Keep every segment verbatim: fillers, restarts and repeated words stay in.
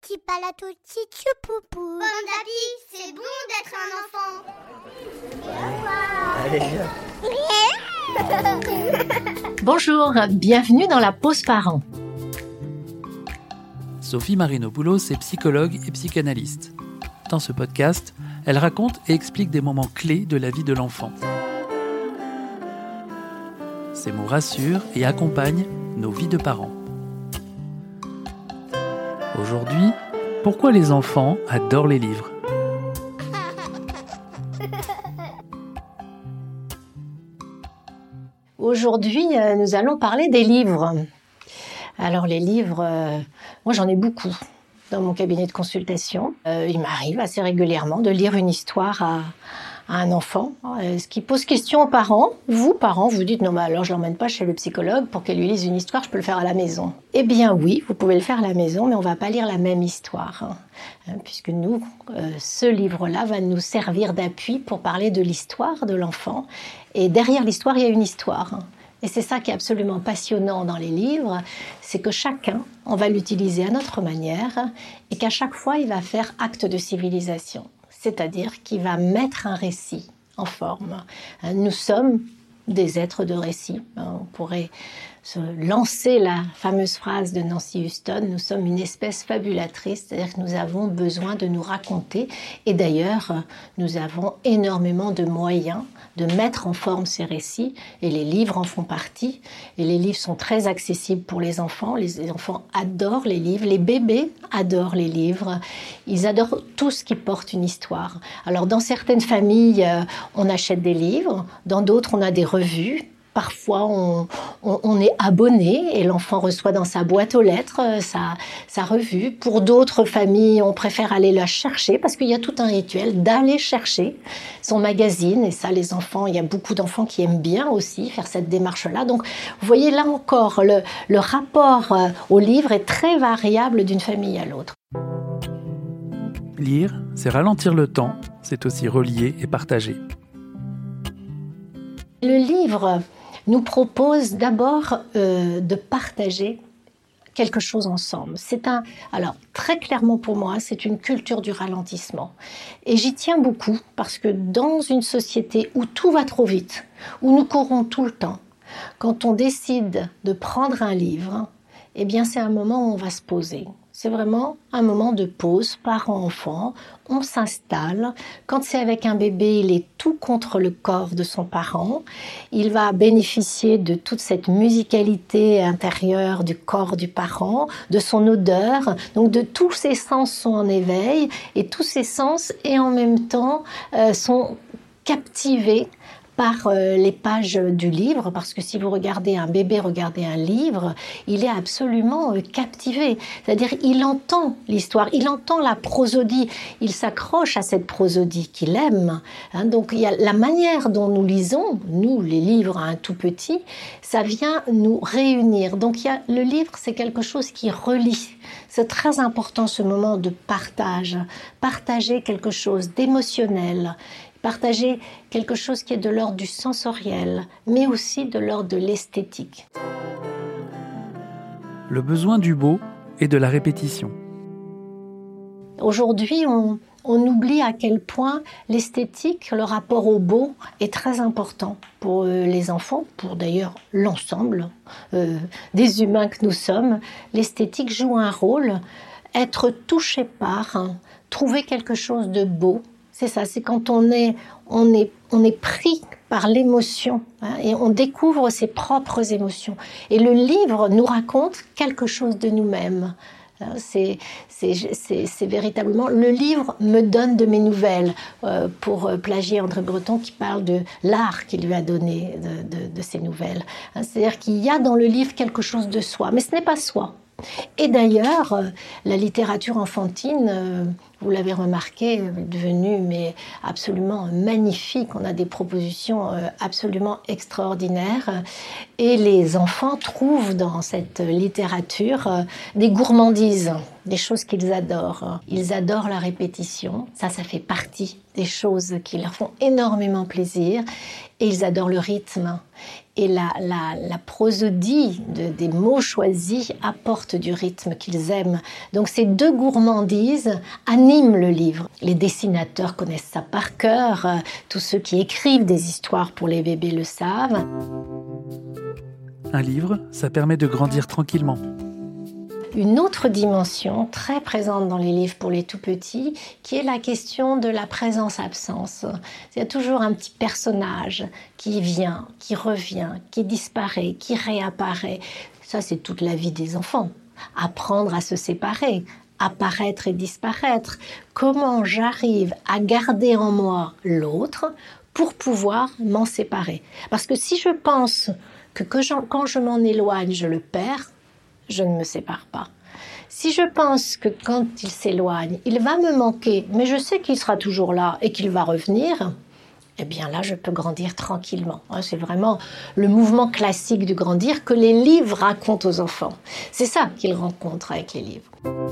tutti palatucci tchoupoupou. Bon d'api, c'est bon d'être un enfant. Allez, viens. Bonjour, bienvenue dans la pause parents. Sophie Marinopoulos est psychologue et psychanalyste. Dans ce podcast, elle raconte et explique des moments clés de la vie de l'enfant. Ces mots rassurent et accompagnent nos vies de parents. Aujourd'hui, pourquoi les enfants adorent les livres ? Aujourd'hui, nous allons parler des livres. Alors les livres, euh, moi j'en ai beaucoup dans mon cabinet de consultation. Euh, il m'arrive assez régulièrement de lire une histoire à, à un enfant, euh, ce qui pose question aux parents. Vous, parents, vous dites « Non, mais alors je ne l'emmène pas chez le psychologue pour qu'elle lui lise une histoire, je peux le faire à la maison. » Eh bien oui, vous pouvez le faire à la maison, mais on ne va pas lire la même histoire. Hein, puisque nous, euh, ce livre-là va nous servir d'appui pour parler de l'histoire de l'enfant. Et derrière l'histoire, il y a une histoire. Et c'est ça qui est absolument passionnant dans les livres, c'est que chacun, on va l'utiliser à notre manière et qu'à chaque fois, il va faire acte de civilisation. C'est-à-dire qu'il va mettre un récit en forme. Nous sommes des êtres de récit. On pourrait se lancer la fameuse phrase de Nancy Houston, nous sommes une espèce fabulatrice, c'est-à-dire que nous avons besoin de nous raconter. Et d'ailleurs, nous avons énormément de moyens de mettre en forme ces récits, et les livres en font partie. Et les livres sont très accessibles pour les enfants. Les enfants adorent les livres, les bébés adorent les livres. Ils adorent tout ce qui porte une histoire. Alors, dans certaines familles, on achète des livres, dans d'autres, on a des revues. Parfois, on, on, on est abonné et l'enfant reçoit dans sa boîte aux lettres sa, sa revue. Pour d'autres familles, on préfère aller la chercher parce qu'il y a tout un rituel d'aller chercher son magazine. Et ça, les enfants, il y a beaucoup d'enfants qui aiment bien aussi faire cette démarche-là. Donc, vous voyez, là encore, le, le rapport au livre est très variable d'une famille à l'autre. Lire, c'est ralentir le temps, c'est aussi relier et partager. Le livre nous propose d'abord euh, de partager quelque chose ensemble. C'est un, alors très clairement pour moi, c'est une culture du ralentissement. Et j'y tiens beaucoup parce que dans une société où tout va trop vite, où nous courons tout le temps, quand on décide de prendre un livre, eh bien c'est un moment où on va se poser. C'est vraiment un moment de pause, parent-enfant, on s'installe. Quand c'est avec un bébé, il est tout contre le corps de son parent. Il va bénéficier de toute cette musicalité intérieure du corps du parent, de son odeur. Donc de tous ses sens sont en éveil et tous ses sens et en même temps euh, sont captivés par euh, les pages du livre, parce que si vous regardez un bébé regarder un livre, il est absolument euh, captivé. C'est-à-dire, il entend l'histoire, il entend la prosodie, il s'accroche à cette prosodie qu'il aime. Hein, donc, il y a la manière dont nous lisons, nous, les livres à un tout petit, ça vient nous réunir. Donc, il y a, le livre, c'est quelque chose qui relie. C'est très important ce moment de partage, partager quelque chose d'émotionnel, partager quelque chose qui est de l'ordre du sensoriel, mais aussi de l'ordre de l'esthétique. Le besoin du beau et de la répétition. Aujourd'hui, on, on oublie à quel point l'esthétique, le rapport au beau, est très important pour euh, les enfants, pour d'ailleurs l'ensemble euh, des humains que nous sommes. L'esthétique joue un rôle, être touché par, hein, trouver quelque chose de beau. C'est ça, c'est quand on est, on est, on est pris par l'émotion hein, et on découvre ses propres émotions. Et le livre nous raconte quelque chose de nous-mêmes. C'est, c'est, c'est, c'est véritablement, le livre me donne de mes nouvelles, euh, pour plagier André Breton qui parle de l'art qu'il lui a donné de, de, de ses nouvelles. Hein, c'est-à-dire qu'il y a dans le livre quelque chose de soi, mais ce n'est pas soi. Et d'ailleurs, la littérature enfantine, vous l'avez remarqué, est devenu mais absolument magnifique. On a des propositions absolument extraordinaires. Et les enfants trouvent dans cette littérature des gourmandises, des choses qu'ils adorent. Ils adorent la répétition. Ça, ça fait partie des choses qui leur font énormément plaisir. Et ils adorent le rythme. Et la, la, la prosodie de, des mots choisis apporte du rythme qu'ils aiment. Donc ces deux gourmandises animent le livre. Les dessinateurs connaissent ça par cœur. Tous ceux qui écrivent des histoires pour les bébés le savent. Un livre, ça permet de grandir tranquillement. Une autre dimension très présente dans les livres pour les tout-petits, qui est la question de la présence-absence. Il y a toujours un petit personnage qui vient, qui revient, qui disparaît, qui réapparaît. Ça, c'est toute la vie des enfants. Apprendre à se séparer, apparaître et disparaître. Comment j'arrive à garder en moi l'autre pour pouvoir m'en séparer? Parce que si je pense que, que je, quand je m'en éloigne, je le perds, je ne me sépare pas. Si je pense que quand il s'éloigne, il va me manquer, mais je sais qu'il sera toujours là et qu'il va revenir, eh bien là, je peux grandir tranquillement. C'est vraiment le mouvement classique du grandir que les livres racontent aux enfants. C'est ça qu'ils rencontrent avec les livres.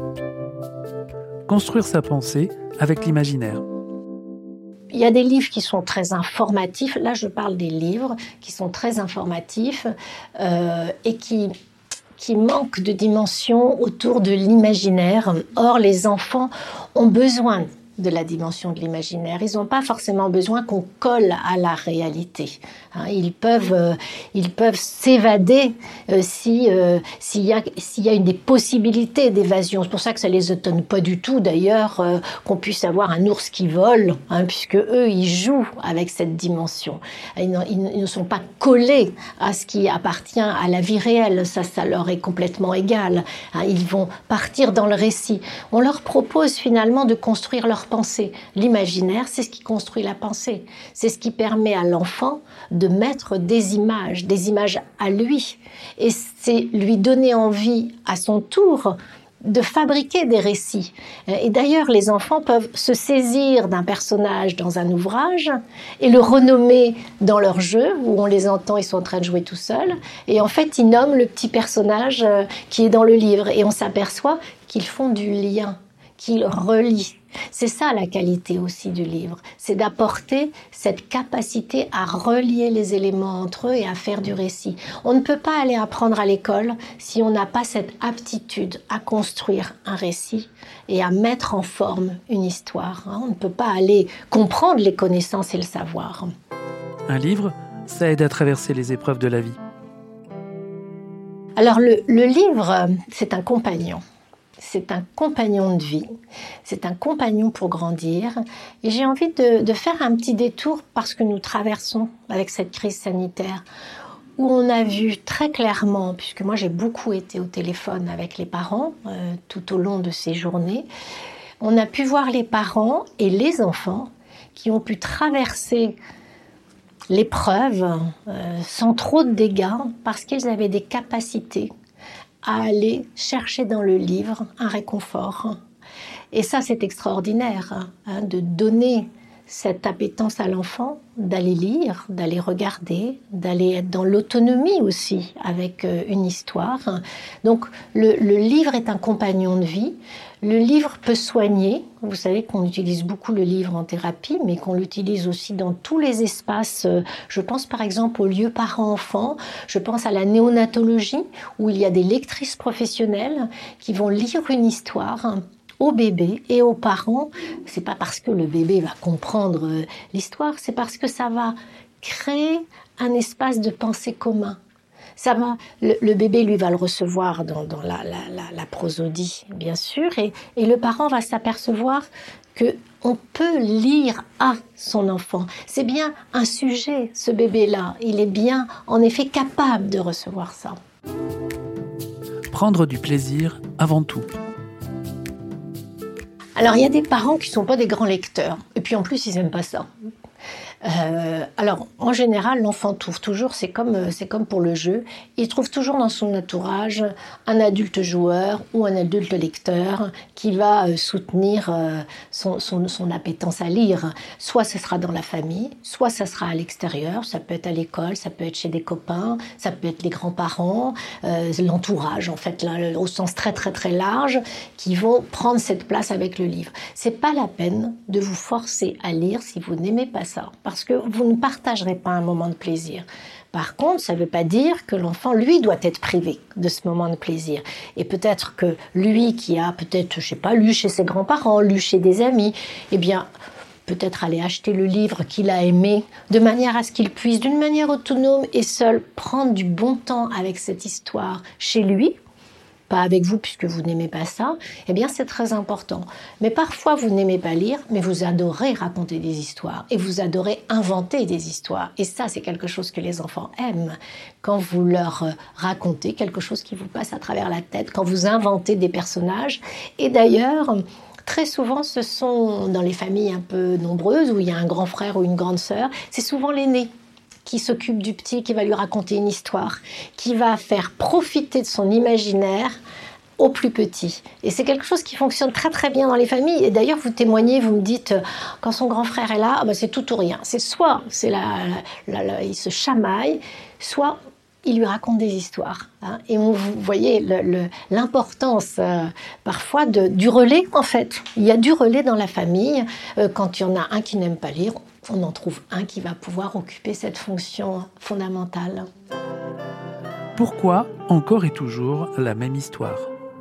Construire sa pensée avec l'imaginaire. Il y a des livres qui sont très informatifs. Là, je parle des livres qui sont très informatifs euh, et qui... qui manque de dimension autour de l'imaginaire. Or, les enfants ont besoin de la dimension de l'imaginaire. Ils n'ont pas forcément besoin qu'on colle à la réalité. Hein, ils peuvent, euh, ils peuvent s'évader euh, si, euh, s'il y a, s'il y a une des possibilités d'évasion. C'est pour ça que ça ne les étonne pas du tout, d'ailleurs, euh, qu'on puisse avoir un ours qui vole, hein, puisque eux, ils jouent avec cette dimension. Ils, ils, ils ne sont pas collés à ce qui appartient à la vie réelle. Ça, ça leur est complètement égal. Hein, ils vont partir dans le récit. On leur propose finalement de construire leur pensée. L'imaginaire, c'est ce qui construit la pensée. C'est ce qui permet à l'enfant de mettre des images, des images à lui. Et c'est lui donner envie, à son tour, de fabriquer des récits. Et d'ailleurs, les enfants peuvent se saisir d'un personnage dans un ouvrage et le renommer dans leur jeu, où on les entend, ils sont en train de jouer tout seuls. Et en fait, ils nomment le petit personnage qui est dans le livre. Et on s'aperçoit qu'ils font du lien, qu'ils relient. C'est ça la qualité aussi du livre, c'est d'apporter cette capacité à relier les éléments entre eux et à faire du récit. On ne peut pas aller apprendre à l'école si on n'a pas cette aptitude à construire un récit et à mettre en forme une histoire. On ne peut pas aller comprendre les connaissances et le savoir. Un livre, ça aide à traverser les épreuves de la vie. Alors le, le livre, c'est un compagnon. C'est un compagnon de vie, c'est un compagnon pour grandir. Et j'ai envie de, de faire un petit détour parce que nous traversons avec cette crise sanitaire, où on a vu très clairement, puisque moi j'ai beaucoup été au téléphone avec les parents euh, tout au long de ces journées, on a pu voir les parents et les enfants qui ont pu traverser l'épreuve euh, sans trop de dégâts parce qu'ils avaient des capacités à aller chercher dans le livre un réconfort. Et ça, c'est extraordinaire, hein, de donner cette appétence à l'enfant, d'aller lire, d'aller regarder, d'aller être dans l'autonomie aussi avec une histoire. Donc, le, le livre est un compagnon de vie. Le livre peut soigner. Vous savez qu'on utilise beaucoup le livre en thérapie, mais qu'on l'utilise aussi dans tous les espaces. Je pense par exemple aux lieux parents-enfants. Je pense à la néonatologie, où il y a des lectrices professionnelles qui vont lire une histoire au bébé et aux parents. C'est pas parce que le bébé va comprendre l'histoire, c'est parce que ça va créer un espace de pensée commun. Ça va, le, le bébé, lui, va le recevoir dans, dans la, la, la, la prosodie, bien sûr, et, et le parent va s'apercevoir qu'on peut lire à son enfant. C'est bien un sujet, ce bébé-là. Il est bien, en effet, capable de recevoir ça. Prendre du plaisir avant tout. Alors, il y a des parents qui ne sont pas des grands lecteurs. Et puis, en plus, ils n'aiment pas ça. Euh, alors, en général, l'enfant trouve toujours, c'est comme, c'est comme pour le jeu, il trouve toujours dans son entourage un adulte joueur ou un adulte lecteur qui va euh, soutenir euh, son, son, son appétence à lire. Soit ce sera dans la famille, soit ça sera à l'extérieur, ça peut être à l'école, ça peut être chez des copains, ça peut être les grands-parents, euh, l'entourage, en fait, là, au sens très très très large, qui vont prendre cette place avec le livre. C'est pas la peine de vous forcer à lire si vous n'aimez pas ça, parce que vous ne partagerez pas un moment de plaisir. Par contre, ça ne veut pas dire que l'enfant, lui, doit être privé de ce moment de plaisir. Et peut-être que lui qui a peut-être, je sais pas, lu chez ses grands-parents, lu chez des amis, eh bien, peut-être aller acheter le livre qu'il a aimé, de manière à ce qu'il puisse, d'une manière autonome et seul, prendre du bon temps avec cette histoire chez lui, pas avec vous puisque vous n'aimez pas ça, eh bien c'est très important. Mais parfois vous n'aimez pas lire, mais vous adorez raconter des histoires et vous adorez inventer des histoires. Et ça, c'est quelque chose que les enfants aiment. Quand vous leur racontez quelque chose qui vous passe à travers la tête, quand vous inventez des personnages. Et d'ailleurs, très souvent, ce sont dans les familles un peu nombreuses où il y a un grand frère ou une grande sœur, c'est souvent l'aîné qui s'occupe du petit, qui va lui raconter une histoire, qui va faire profiter de son imaginaire au plus petit. Et c'est quelque chose qui fonctionne très très bien dans les familles. Et d'ailleurs, vous témoignez, vous me dites, quand son grand frère est là, ah ben c'est tout ou rien. C'est soit c'est la, la, la, il se chamaille, soit il lui raconte des histoires. Hein. Et on, vous voyez le, le, l'importance euh, parfois de, du relais, en fait. Il y a du relais dans la famille. Euh, quand il y en a un qui n'aime pas lire, on en trouve un qui va pouvoir occuper cette fonction fondamentale. Pourquoi encore et toujours la même histoire ?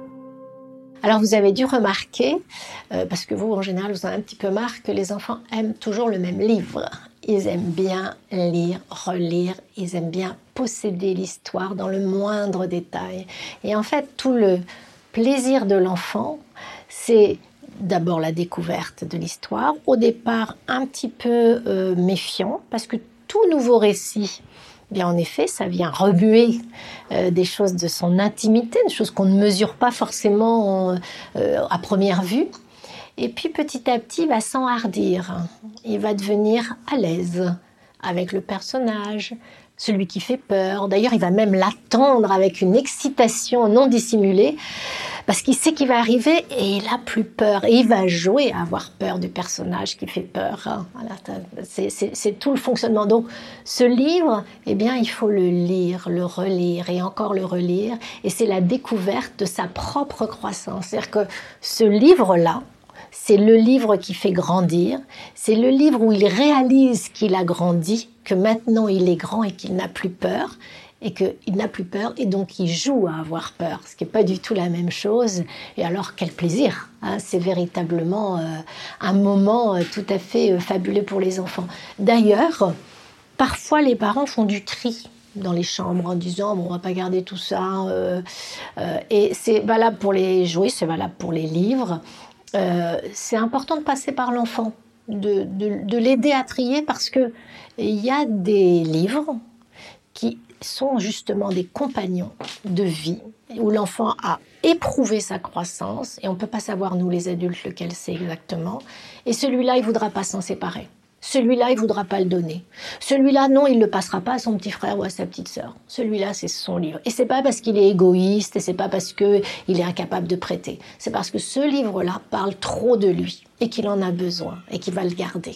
Alors vous avez dû remarquer, euh, parce que vous en général vous en avez un petit peu marre, que les enfants aiment toujours le même livre. Ils aiment bien lire, relire, ils aiment bien posséder l'histoire dans le moindre détail. Et en fait, tout le plaisir de l'enfant, c'est d'abord la découverte de l'histoire, au départ un petit peu euh, méfiant, parce que tout nouveau récit, bien en effet, ça vient remuer euh, des choses de son intimité, des choses qu'on ne mesure pas forcément euh, à première vue. Et puis petit à petit, il va s'enhardir, il va devenir à l'aise avec le personnage, celui qui fait peur. D'ailleurs, il va même l'attendre avec une excitation non dissimulée, parce qu'il sait qu'il va arriver et il a plus peur. Et il va jouer à avoir peur du personnage qui fait peur. Voilà, c'est, c'est, c'est tout le fonctionnement. Donc, ce livre, eh bien, il faut le lire, le relire et encore le relire. Et c'est la découverte de sa propre croissance. C'est-à-dire que ce livre-là, c'est le livre qui fait grandir. C'est le livre où il réalise qu'il a grandi, que maintenant il est grand et qu'il n'a plus peur. Et qu'il n'a plus peur, et donc il joue à avoir peur, ce qui n'est pas du tout la même chose. Et alors, quel plaisir, hein, c'est véritablement euh, un moment euh, tout à fait euh, fabuleux pour les enfants. D'ailleurs, parfois les parents font du tri dans les chambres en disant bon, on ne va pas garder tout ça. Euh, euh, et c'est valable pour les jouets, c'est valable pour les livres. Euh, c'est important de passer par l'enfant, de, de, de l'aider à trier, parce qu'il y a des livres qui sont justement des compagnons de vie, où l'enfant a éprouvé sa croissance, et on ne peut pas savoir, nous les adultes, lequel c'est exactement, et celui-là, il ne voudra pas s'en séparer. Celui-là, il ne voudra pas le donner. Celui-là, non, il ne le passera pas à son petit frère ou à sa petite sœur. Celui-là, c'est son livre. Et ce n'est pas parce qu'il est égoïste, et ce n'est pas parce qu'il est incapable de prêter. C'est parce que ce livre-là parle trop de lui, et qu'il en a besoin, et qu'il va le garder.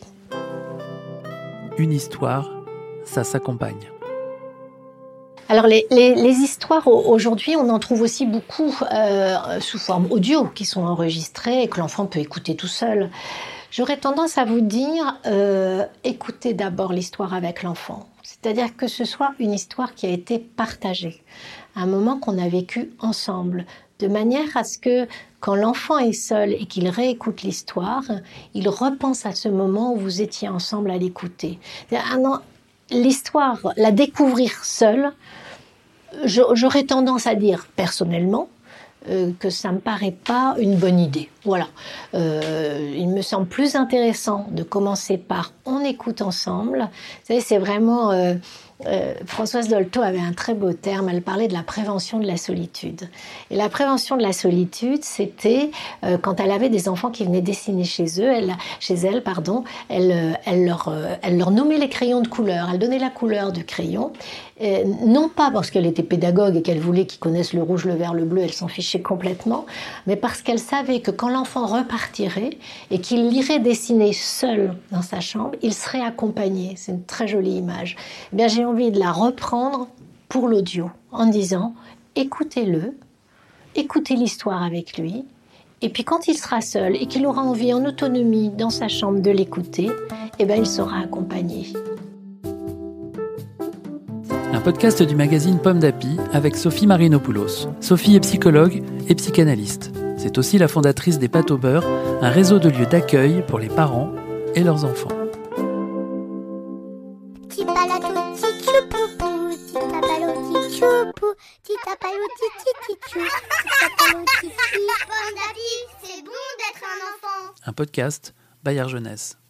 Une histoire, ça s'accompagne. Alors les, les, les histoires aujourd'hui, on en trouve aussi beaucoup euh, sous forme audio, qui sont enregistrées et que l'enfant peut écouter tout seul. J'aurais tendance à vous dire, euh, écoutez d'abord l'histoire avec l'enfant. C'est-à-dire que ce soit une histoire qui a été partagée, un moment qu'on a vécu ensemble, de manière à ce que quand l'enfant est seul et qu'il réécoute l'histoire, il repense à ce moment où vous étiez ensemble à l'écouter. L'histoire, la découvrir seule, j'aurais tendance à dire personnellement euh, que ça ne me paraît pas une bonne idée. Voilà. Euh, il me semble plus intéressant de commencer par on écoute ensemble. Vous savez, c'est vraiment euh, Euh, Françoise Dolto avait un très beau terme, elle parlait de la prévention de la solitude. Et la prévention de la solitude, c'était euh, quand elle avait des enfants qui venaient dessiner chez eux, elle, chez elle, pardon, elle, euh, elle, leur, euh, elle leur nommait les crayons de couleur, elle donnait la couleur du crayon, euh, non pas parce qu'elle était pédagogue et qu'elle voulait qu'ils connaissent le rouge, le vert, le bleu, elle s'en fichait complètement, mais parce qu'elle savait que quand l'enfant repartirait et qu'il irait dessiner seul dans sa chambre, il serait accompagné. C'est une très jolie image. Eh bien, j'ai envie de la reprendre pour l'audio en disant écoutez-le, écoutez l'histoire avec lui, et puis quand il sera seul et qu'il aura envie en autonomie dans sa chambre de l'écouter, eh bien, il sera accompagné. Un podcast du magazine Pomme d'Api avec Sophie Marinopoulos. Sophie est psychologue et psychanalyste. C'est aussi la fondatrice des Pâtes au beurre, un réseau de lieux d'accueil pour les parents et leurs enfants. Un podcast Bayard Jeunesse.